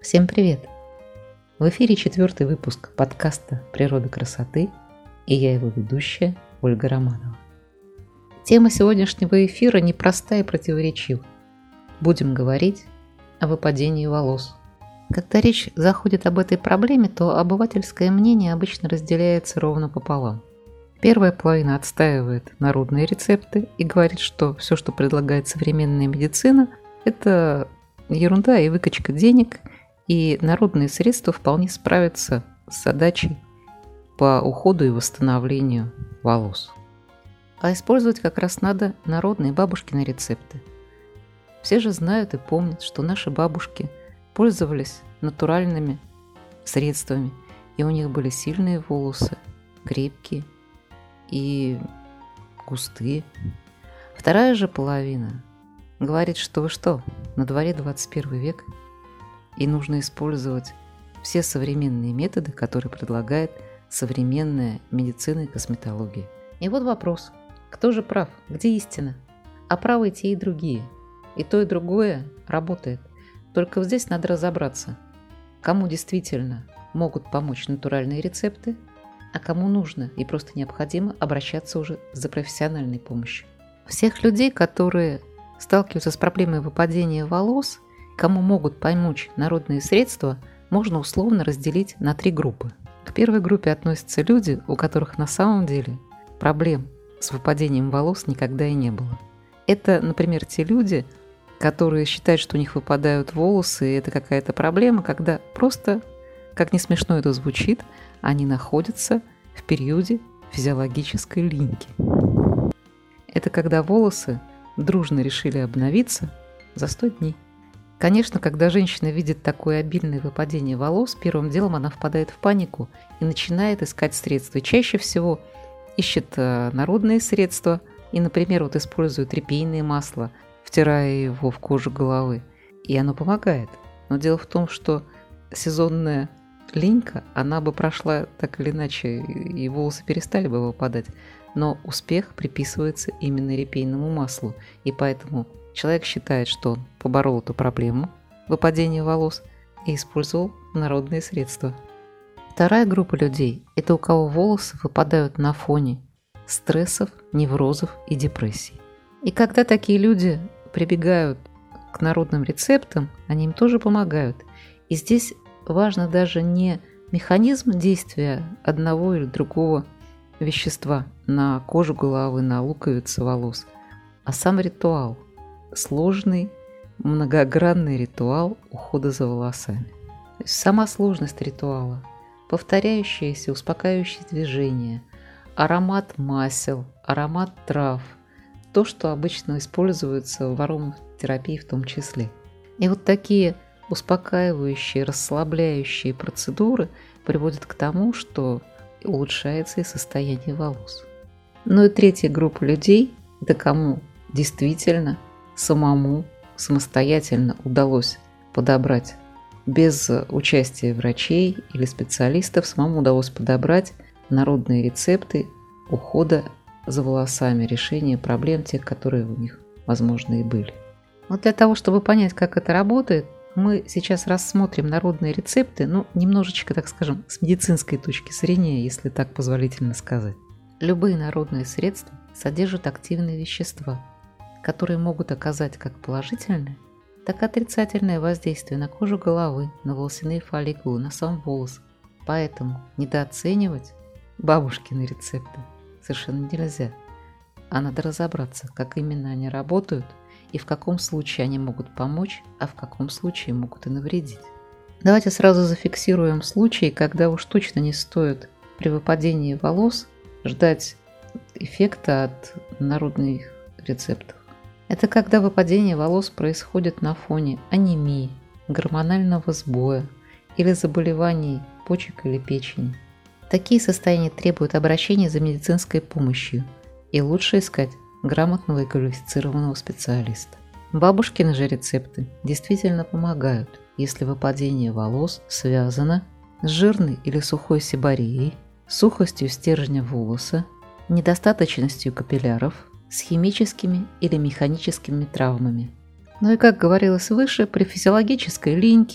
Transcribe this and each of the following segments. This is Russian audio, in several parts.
Всем привет! В эфире 4-й выпуск подкаста «Природа красоты» и я его ведущая Ольга Романова. Тема сегодняшнего эфира непроста и противоречива. Будем говорить о выпадении волос. Когда речь заходит об этой проблеме, то обывательское мнение обычно разделяется ровно пополам. Первая половина отстаивает народные рецепты и говорит, что все, что предлагает современная медицина, это ерунда и выкачка денег, и народные средства вполне справятся с задачей по уходу и восстановлению волос. А использовать как раз надо народные бабушкины рецепты. Все же знают и помнят, что наши бабушки пользовались натуральными средствами, и у них были сильные волосы, крепкие и густые. Вторая же половина говорит, что вы что, на дворе 21 век, и нужно использовать все современные методы, которые предлагает современная медицина и косметология. И вот вопрос, кто же прав, где истина? А правы и те, и другие. И то, и другое работает. Только здесь надо разобраться, кому действительно могут помочь натуральные рецепты, а кому нужно и просто необходимо обращаться уже за профессиональной помощью. Всех людей, которые сталкиваются с проблемой выпадения волос, кому могут помочь народные средства, можно условно разделить на 3 группы. К первой группе относятся люди, у которых на самом деле проблем с выпадением волос никогда и не было. Это, например, те люди, которые считают, что у них выпадают волосы, и это какая-то проблема, когда просто, как не смешно это звучит, они находятся в периоде физиологической линьки. Это когда волосы дружно решили обновиться за 100 дней. Конечно, когда женщина видит такое обильное выпадение волос, первым делом она впадает в панику и начинает искать средства. И чаще всего ищет народные средства и, например, использует репейное масло, втирая его в кожу головы, и оно помогает. Но дело в том, что сезонная линька, она бы прошла так или иначе, и волосы перестали бы выпадать. Но успех приписывается именно репейному маслу, и поэтому человек считает, что он поборол эту проблему выпадения волос и использовал народные средства. Вторая группа людей – это у кого волосы выпадают на фоне стрессов, неврозов и депрессий. И когда такие люди прибегают к народным рецептам, они им тоже помогают. И здесь важно даже не механизм действия одного или другого вещества на кожу головы, на луковицы волос, а сам ритуал. Сложный, многогранный ритуал ухода за волосами. То есть сама сложность ритуала, повторяющиеся, успокаивающие движения, аромат масел, аромат трав, то, что обычно используется в ароматерапии в том числе. И вот такие успокаивающие, расслабляющие процедуры приводят к тому, что улучшается и состояние волос. Ну и третья группа людей – это кому действительно самостоятельно удалось подобрать, без участия врачей или специалистов, самому удалось подобрать народные рецепты ухода за волосами, решения проблем тех, которые у них, возможно, и были. Вот для того, чтобы понять, как это работает, мы сейчас рассмотрим народные рецепты, немножечко, так скажем, с медицинской точки зрения, если так позволительно сказать. Любые народные средства содержат активные вещества, которые могут оказать как положительное, так и отрицательное воздействие на кожу головы, на волосяные фолликулы, на сам волос. Поэтому недооценивать бабушкины рецепты совершенно нельзя. А надо разобраться, как именно они работают и в каком случае они могут помочь, а в каком случае могут и навредить. Давайте сразу зафиксируем случаи, когда уж точно не стоит при выпадении волос ждать эффекта от народных рецептов. Это когда выпадение волос происходит на фоне анемии, гормонального сбоя или заболеваний почек или печени. Такие состояния требуют обращения за медицинской помощью, и лучше искать грамотного и квалифицированного специалиста. Бабушкины же рецепты действительно помогают, если выпадение волос связано с жирной или сухой себореей, сухостью стержня волоса, недостаточностью капилляров, с химическими или механическими травмами. Ну и как говорилось выше, при физиологической линьке,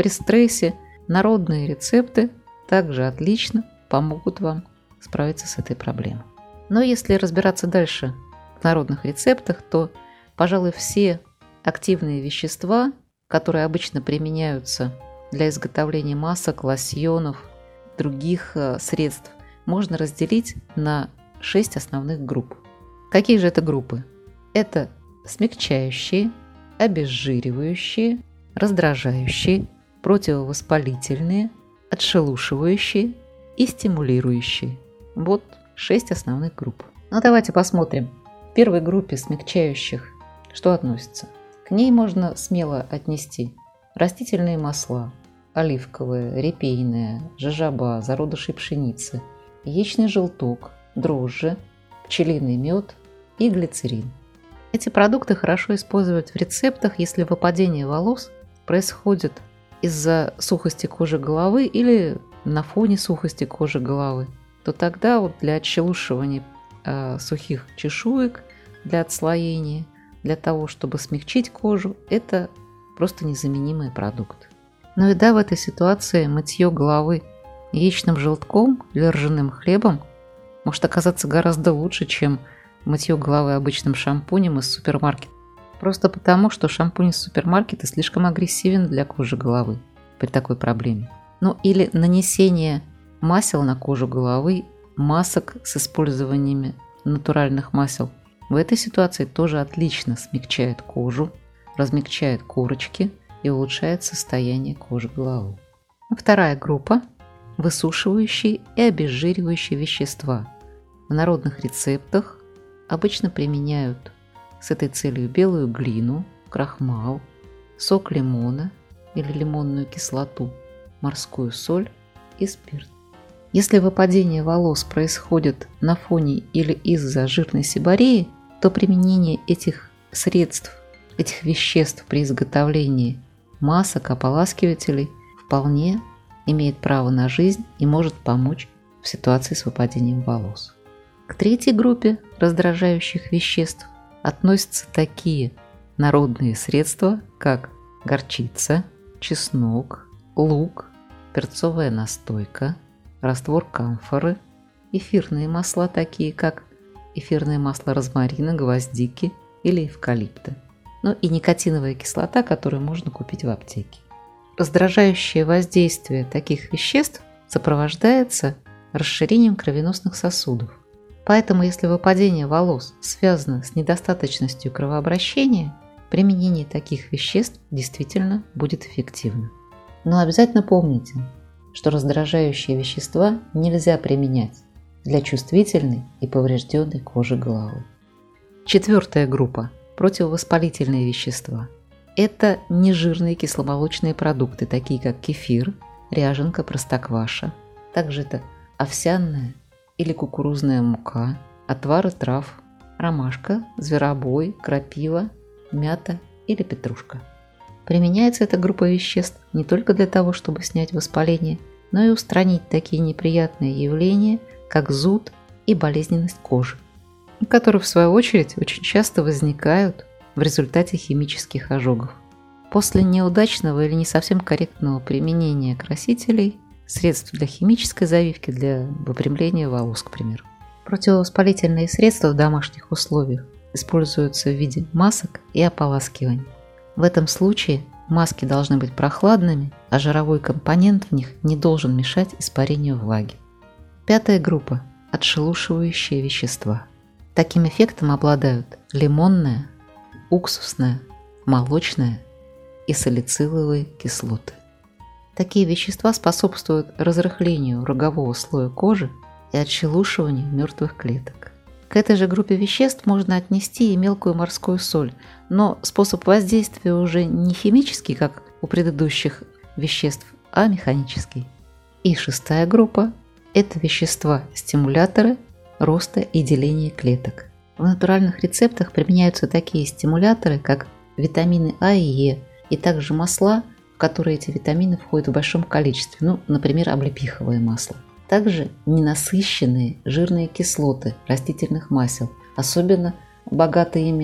при стрессе народные рецепты также отлично помогут вам справиться с этой проблемой. Но если разбираться дальше в народных рецептах, то, пожалуй, все активные вещества, которые обычно применяются для изготовления масок, лосьонов, других средств, можно разделить на 6 основных групп. Какие же это группы? Это смягчающие, обезжиривающие, раздражающие, противовоспалительные, отшелушивающие и стимулирующие. Вот 6 основных групп. Ну давайте посмотрим. В первой группе смягчающих что относится? К ней можно смело отнести растительные масла, оливковое, репейное, жожоба, зародыши пшеницы, яичный желток, дрожжи, пчелиный мед и глицерин. Эти продукты хорошо использовать в рецептах, если выпадение волос происходит из-за сухости кожи головы или на фоне сухости кожи головы, то тогда вот для отшелушивания сухих чешуек, для отслоения, для того, чтобы смягчить кожу, это просто незаменимый продукт. Ну и да, в этой ситуации мытье головы яичным желтком или ржаным хлебом может оказаться гораздо лучше, чем мытье головы обычным шампунем из супермаркета. Просто потому, что шампунь из супермаркета слишком агрессивен для кожи головы при такой проблеме. Ну или нанесение масел на кожу головы, масок с использованием натуральных масел, в этой ситуации тоже отлично смягчает кожу, размягчает корочки и улучшает состояние кожи головы. Вторая группа – высушивающие и обезжиривающие вещества. В народных рецептах обычно применяют с этой целью белую глину, крахмал, сок лимона или лимонную кислоту, морскую соль и спирт. Если выпадение волос происходит на фоне или из-за жирной сибореи, то применение этих средств, этих веществ при изготовлении масок, ополаскивателей вполне имеет право на жизнь и может помочь в ситуации с выпадением волос. К третьей группе раздражающих веществ относятся такие народные средства, как горчица, чеснок, лук, перцовая настойка, раствор камфоры, эфирные масла, такие как эфирное масло розмарина, гвоздики или эвкалипта, ну и никотиновая кислота, которую можно купить в аптеке. Раздражающее воздействие таких веществ сопровождается расширением кровеносных сосудов. Поэтому, если выпадение волос связано с недостаточностью кровообращения, применение таких веществ действительно будет эффективно. Но обязательно помните, что раздражающие вещества нельзя применять для чувствительной и поврежденной кожи головы. Четвертая группа – противовоспалительные вещества. Это нежирные кисломолочные продукты, такие как кефир, ряженка, простокваша. Также это овсяная или кукурузная мука, отвары трав, ромашка, зверобой, крапива, мята или петрушка. Применяется эта группа веществ не только для того, чтобы снять воспаление, но и устранить такие неприятные явления, как зуд и болезненность кожи, которые в свою очередь очень часто возникают в результате химических ожогов. После неудачного или не совсем корректного применения красителей, средств для химической завивки, для выпрямления волос, к примеру. Противовоспалительные средства в домашних условиях используются в виде масок и ополаскиваний. В этом случае маски должны быть прохладными, а жировой компонент в них не должен мешать испарению влаги. Пятая группа – отшелушивающие вещества. Таким эффектом обладают лимонная, уксусная, молочная и салициловые кислоты. Такие вещества способствуют разрыхлению рогового слоя кожи и отшелушиванию мертвых клеток. К этой же группе веществ можно отнести и мелкую морскую соль, но способ воздействия уже не химический, как у предыдущих веществ, а механический. И шестая группа – это вещества-стимуляторы роста и деления клеток. В натуральных рецептах применяются такие стимуляторы, как витамины А и Е, и также масла, в которые эти витамины входят в большом количестве, например, облепиховое масло. Также ненасыщенные жирные кислоты растительных масел, особенно богатые ими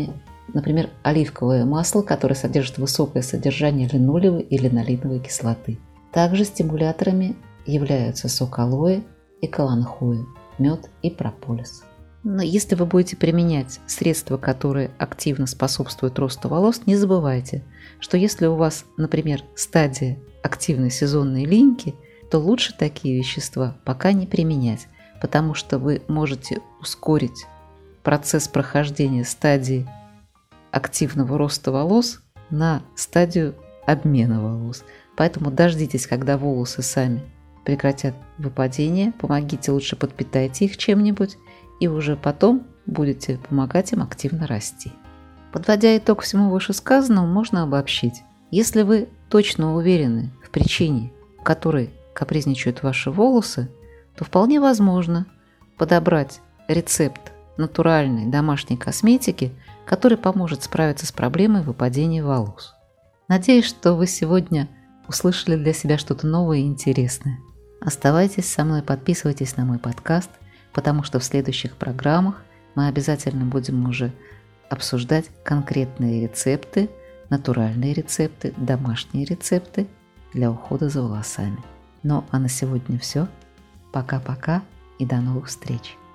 например, оливковое масло, которое содержит высокое содержание линолевой и линолиновой кислоты. Также стимуляторами являются сок алоэ и каланхоэ, мед и прополис. Но если вы будете применять средства, которые активно способствуют росту волос, не забывайте, что если у вас, например, стадия активной сезонной линьки, то лучше такие вещества пока не применять, потому что вы можете ускорить процесс прохождения стадии активного роста волос на стадию обмена волос. Поэтому дождитесь, когда волосы сами прекратят выпадение, помогите лучше подпитайте их чем-нибудь, и уже потом будете помогать им активно расти. Подводя итог всему вышесказанному, можно обобщить. Если вы точно уверены в причине, в которой капризничают ваши волосы, то вполне возможно подобрать рецепт натуральной домашней косметики, который поможет справиться с проблемой выпадения волос. Надеюсь, что вы сегодня услышали для себя что-то новое и интересное. Оставайтесь со мной, подписывайтесь на мой подкаст, потому что в следующих программах мы обязательно будем уже обсуждать конкретные рецепты, натуральные рецепты, домашние рецепты для ухода за волосами. Ну а на сегодня все. Пока-пока и до новых встреч!